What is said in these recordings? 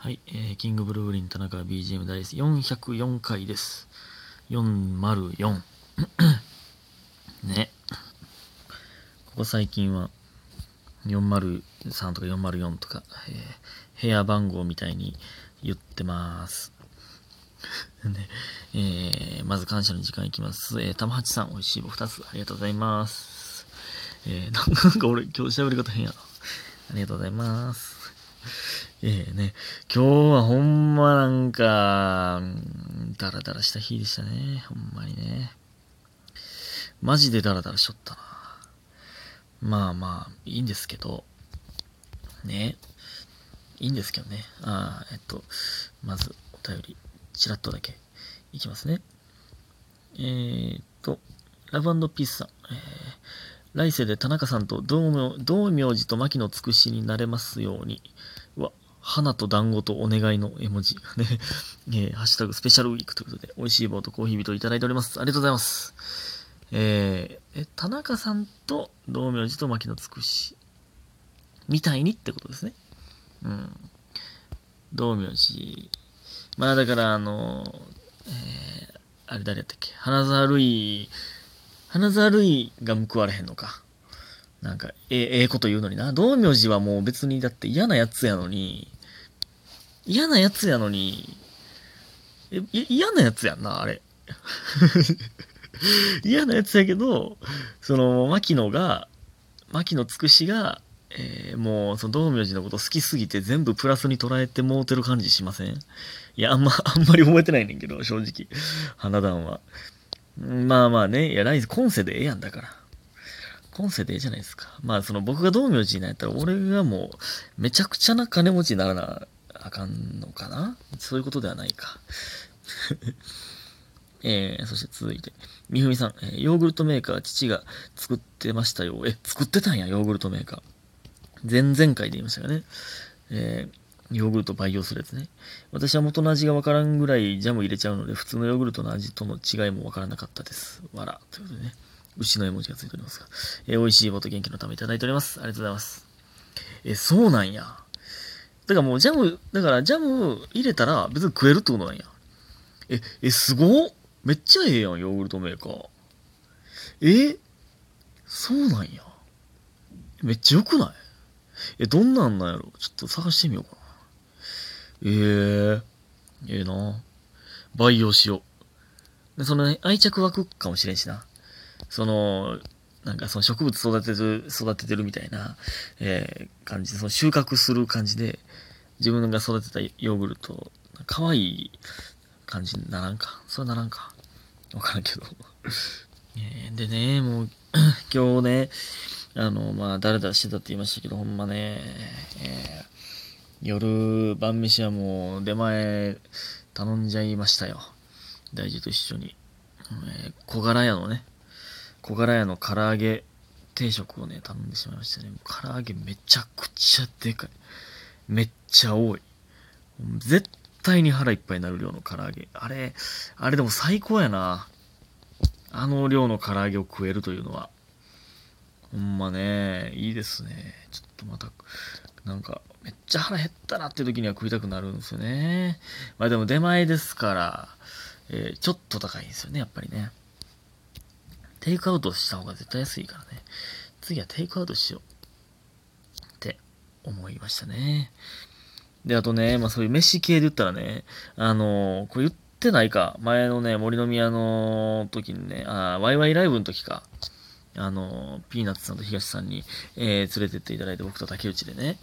はい、キングブルーリン田中 BGM 第404回です。404 ね。ここ最近は403とか404とか、部屋番号みたいに言ってます。ね、まず感謝の時間いきます。玉八さん、おいしい棒2つありがとうございます。なんか俺今日喋り方変やな。ありがとうございます。ね、今日はほんまなんか、ダラダラした日でしたね。ほんまにね。マジでダラダラしとったな。まあまあ、いいんですけど、ね。いいんですけどね。まず、お便り、ちらっとだけ、いきますね。ラブ&ピースさん。来世で田中さんと道明寺と牧野つくしになれますように。花と団子とお願いの絵文字がね、ハッシュタグスペシャルウィークということで、美味しい棒とコーヒー人いただいております。ありがとうございます。田中さんと道明寺と牧野つくしみたいにってことですね。道明寺。まあだからあれ誰やったっけ、花沢類が報われへんのか。なんか、ええこと言うのにな。道明寺はもう別にだって嫌なやつやのに、嫌なやつやな、あれ。嫌なやつやけど、牧野つくしが、もう、道明寺のこと好きすぎて全部プラスに捉えてもうてる感じしません？いや、あんまり覚えてないねんけど、正直。花壇は。まあまあね、いや、今世でええやんだから。今世でええじゃないですか。まあ、僕が道明寺なんやったら、俺がもう、めちゃくちゃな金持ちにならなあかんのかな？そういうことではないか。そして続いて、みふみさん、ヨーグルトメーカー、父が作ってましたよ。作ってたんや、ヨーグルトメーカー。前々回で言いましたがね。ヨーグルト培養するやつね。私は元の味がわからんぐらいジャム入れちゃうので、普通のヨーグルトの味との違いもわからなかったです。わら。ということでね。牛の絵文字がついておりますが。美味しい棒と元気のためいただいております。ありがとうございます。そうなんや。だからもうジャム入れたら別に食えるってことなんや。すごっ。めっちゃええやん、ヨーグルトメーカー。そうなんや。めっちゃ良くない？どんなんなんやろ？ちょっと探してみようかな。ええな。培養しよう。で、愛着湧くかもしれんしな。なんか植物育ててるみたいな、感じで、収穫する感じで、自分が育てたヨーグルト、可愛い感じにならんか。そうならんか。わからんけど。でね、もう、今日ね、まあ、誰だしてたって言いましたけど、ほんまね、晩飯はもう出前頼んじゃいましたよ。大事と一緒に。小柄屋の唐揚げ定食をね、頼んでしまいましたね。唐揚げめちゃくちゃでかい。めっちゃ多い。絶対に腹いっぱいになる量の唐揚げ。あれでも最高やな。あの量の唐揚げを食えるというのは。ほんまね、いいですね。ちょっとまた、なんか、めっちゃ腹減ったなっていう時には食いたくなるんですよね。まあでも出前ですから、ちょっと高いんですよね、やっぱりね。テイクアウトした方が絶対安いからね。次はテイクアウトしようって思いましたね。で、あとね、まあそういう飯系で言ったらね、これ言ってないか。前のね、森の宮の時にね、ワイワイライブの時か。ピーナッツさんと東さんに、連れてっていただいて、僕と竹内でね、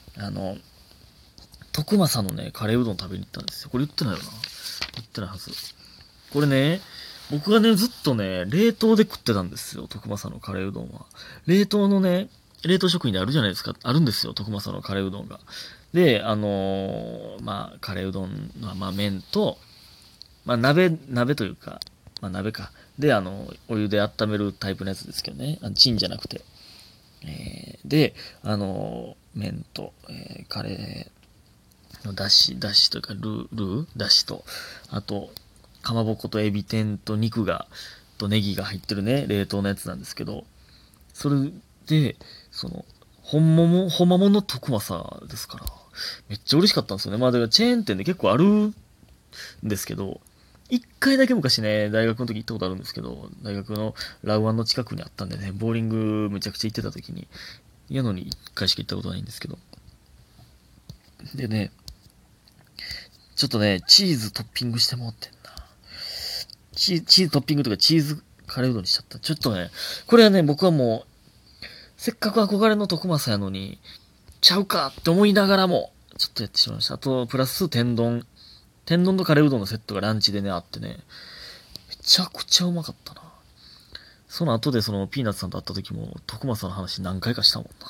徳政のね、カレーうどん食べに行ったんですよ。これ言ってないよな。言ってないはず。これね、僕がね、ずっとね、冷凍で食ってたんですよ。徳政のカレーうどんは。冷凍食品であるじゃないですか。あるんですよ。徳政のカレーうどんが。で、まあ、カレーうどんの、まあ、麺と、まあ、鍋というか、まあ、鍋か。で、お湯で温めるタイプのやつですけどね。チンじゃなくて。で、麺と、カレーのだしというか、ルーだしと、あと、かまぼことエビ天と肉とネギが入ってるね、冷凍のやつなんですけど、それで、ほんまもんの徳政ですから、 めっちゃ嬉しかったんですよね。まあ、だからチェーン店で結構あるんですけど、一回だけ昔ね、大学の時行ったことあるんですけど、大学のラウアンの近くにあったんでね、ボーリングめちゃくちゃ行ってた時に、やのに一回しか行ったことないんですけど。でね、ちょっとね、チーズトッピングしてもってんな。チーズトッピングとかチーズカレーうどんにしちゃった。ちょっとね、これはね、僕はもう、せっかく憧れの徳正やのに、ちゃうかって思いながらも、ちょっとやってしまいました。あと、プラス天丼。天丼とカレーうどんのセットがランチでね、あってね、めちゃくちゃうまかったな。その後でそのピーナッツさんと会った時も、徳正の話何回かしたもんな。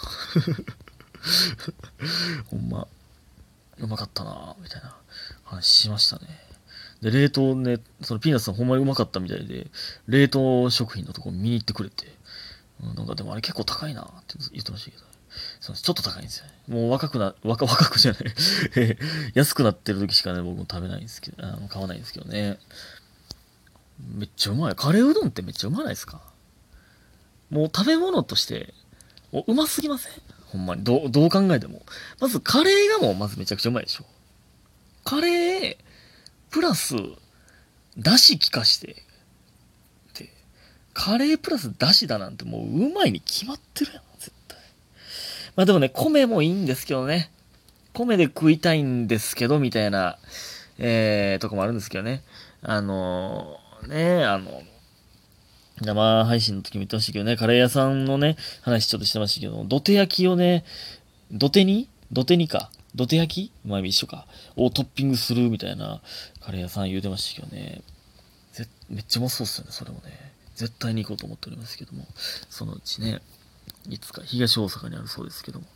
ほんま、うまかったなみたいな話しましたね。で、冷凍ね、そのピーナッツさんほんまにうまかったみたいで、冷凍食品のとこ見に行ってくれて、なんかでもあれ結構高いなって言ってましたけど、そうちょっと高いんですよね。もう若くじゃない安くなってる時しかね、僕も食べないんですけど、買わないんですけどね。めっちゃうまい。カレーうどんってめっちゃうまないですか？もう食べ物として、もううますぎません？ほんまに。どう考えても。まずカレーがもうまずめちゃくちゃうまいでしょ。カレー、プラス、だし効かして、で、カレープラスだしだなんてもううまいに決まってるやん、絶対。まあでもね、米もいいんですけどね。米で食いたいんですけど、みたいな、とこもあるんですけどね。生配信の時も言ってましたけどね、カレー屋さんのね、話ちょっとしてましたけど、土手焼きをね、土手焼き前も一緒か。をトッピングするみたいなカレー屋さん言うてましたけどね。めっちゃうまそうっすよね、それもね。絶対に行こうと思っておりますけども。そのうちね、いつか東大阪にあるそうですけども。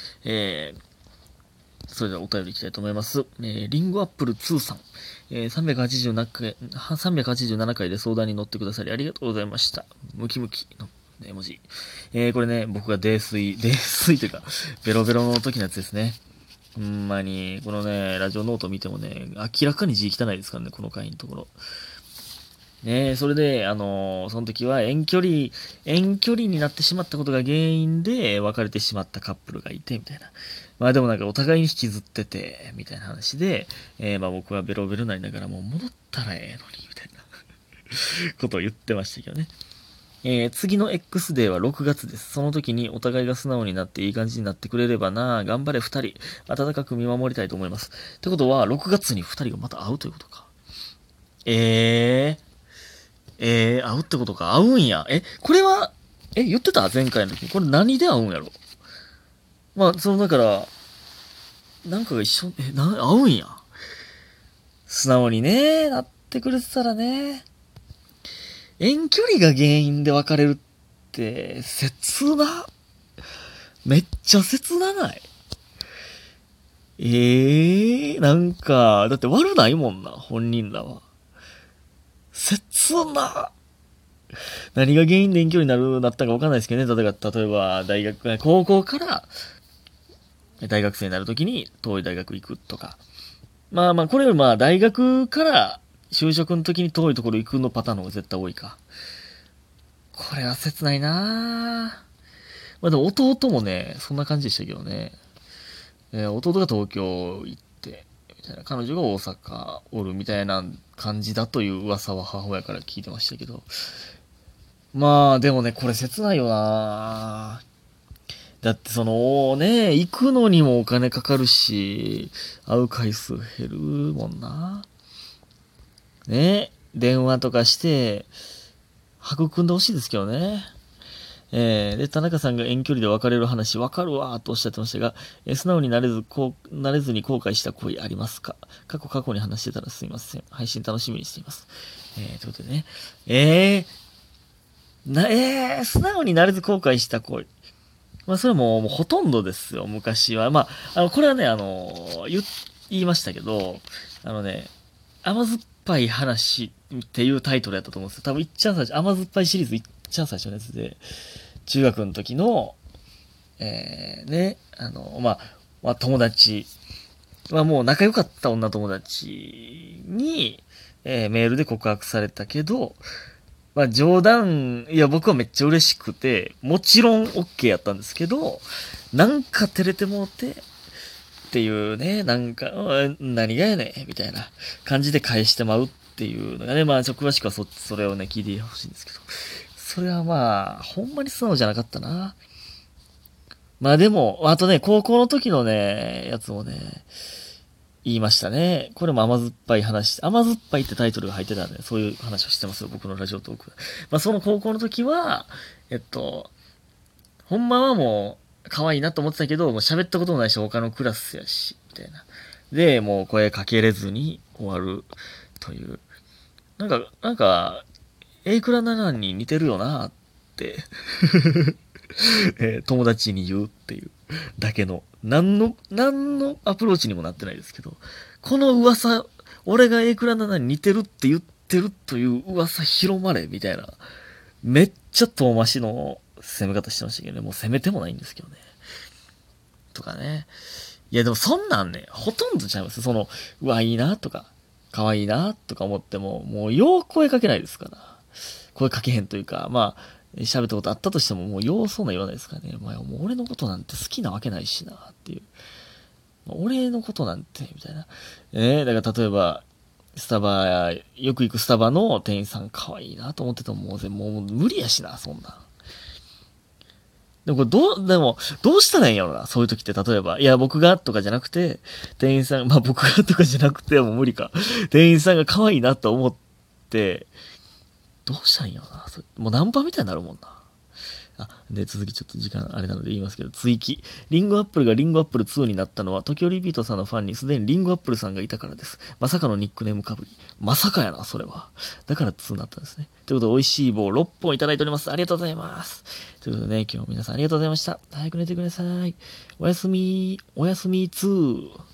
それではお便りいきたいと思います。リンゴアップル2さん。387回で相談に乗ってくださりありがとうございました。ムキムキの絵文字。これね、僕が泥酔というか、ベロベロの時のやつですね。ほんまに、このね、ラジオノート見てもね、明らかに字汚いですからね、この回のところ。ねそれで、その時は遠距離になってしまったことが原因で別れてしまったカップルがいて、みたいな。まあでもなんかお互いに引きずってて、みたいな話で、まあ僕はベロベロになりながらもう戻ったらええのに、みたいなことを言ってましたけどね。次の X デーは6月です。その時にお互いが素直になっていい感じになってくれればな。頑張れ2人。温かく見守りたいと思います。ってことは、6月に2人がまた会うということか。会うってことか。会うんや。これは、言ってた前回の時。これ何で会うんやろ？まあ、だから、なんかが一緒、会うんや。素直にね、なってくれてたらね。遠距離が原因で別れるって、切な。めっちゃ切なない？なんか、だって悪ないもんな、本人らは。切な。何が原因で遠距離になったかわかんないですけどね。例えば、高校から大学生になるときに遠い大学行くとか。まあまあ、これよりまあ、大学から就職の時に遠いところ行くのパターンの方が絶対多いか。これは切ないなぁ。まあでも弟もね、そんな感じでしたけどね。弟が東京行って、みたいな。彼女が大阪おるみたいな感じだという噂は母親から聞いてましたけど。まあ、でもね、これ切ないよなだってそのね、行くのにもお金かかるし、会う回数減るもんな。ね、電話とかして、育んでほしいですけどね。で、田中さんが遠距離で別れる話、わかるわーとおっしゃってましたが、素直になれずに後悔した恋ありますか？過去に話してたらすいません。配信楽しみにしています。ということでね。素直になれず後悔した恋。まあ、それはもうほとんどですよ、昔は。まあ、これはね、言いましたけど、甘酸っぱい話っていうタイトルやったと思うんですよ。多分いっちゃん最初、甘酸っぱいシリーズいっちゃん最初のやつで、中学の時の、友達はもう仲良かった女友達に、メールで告白されたけど、まあ冗談、いや僕はめっちゃ嬉しくて、もちろん OK やったんですけど、なんか照れてもうて、 っていうね、なんか、何がやねんみたいな感じで返してまうっていうのがね、まあ、詳しくはそれをね、聞いてほしいんですけど。それはまあ、ほんまに素直じゃなかったな。まあでも、あとね、高校の時のね、やつをね、言いましたね。これも甘酸っぱい話、甘酸っぱいってタイトルが入ってたんで、そういう話をしてますよ、僕のラジオトーク。まあその高校の時は、ほんまはもう、可愛いなと思ってたけど、もう喋ったこともないし、他のクラスやし、みたいな。で、もう声かけれずに終わるという。なんか、エイクラ7に似てるよなって友達に言うっていうだけの、何のアプローチにもなってないですけど、この噂、俺がエイクラ7に似てるって言ってるという噂広まれ、みたいな。めっちゃ遠回しの攻め方してましたけどね。もう攻めてもないんですけどね。とかね。いやでもそんなんね、ほとんどちゃいます。うわ、いいなとか、可愛いなとか思っても、もうよう声かけないですから。声かけへんというか、まあ、喋ったことあったとしても、もうようそうな言わないですからね。まあ、もう俺のことなんて好きなわけないしな、っていう。俺のことなんて、みたいな。だから例えば、スタバ、よく行くスタバの店員さん可愛いなと思ってても、もう無理やしな、そんな。でもこれどうしたらいいんやろな、そういう時って、例えば、いや、僕がとかじゃなくて、店員さん、まあ僕がとかじゃなくて、もう無理か。店員さんが可愛いなと思って、どうしたらいいんやろな、それもうナンパみたいになるもんな。で、続きちょっと時間あれなので言いますけど、追記。リンゴアップルがリンゴアップル2になったのは、時折リピートさんのファンにすでにリンゴアップルさんがいたからです。まさかのニックネームかぶり。まさかやな、それは。だから2になったんですね。ということで、美味しい棒6本いただいております。ありがとうございます。ということでね、今日も皆さんありがとうございました。早く寝てください。おやすみ、おやすみ2。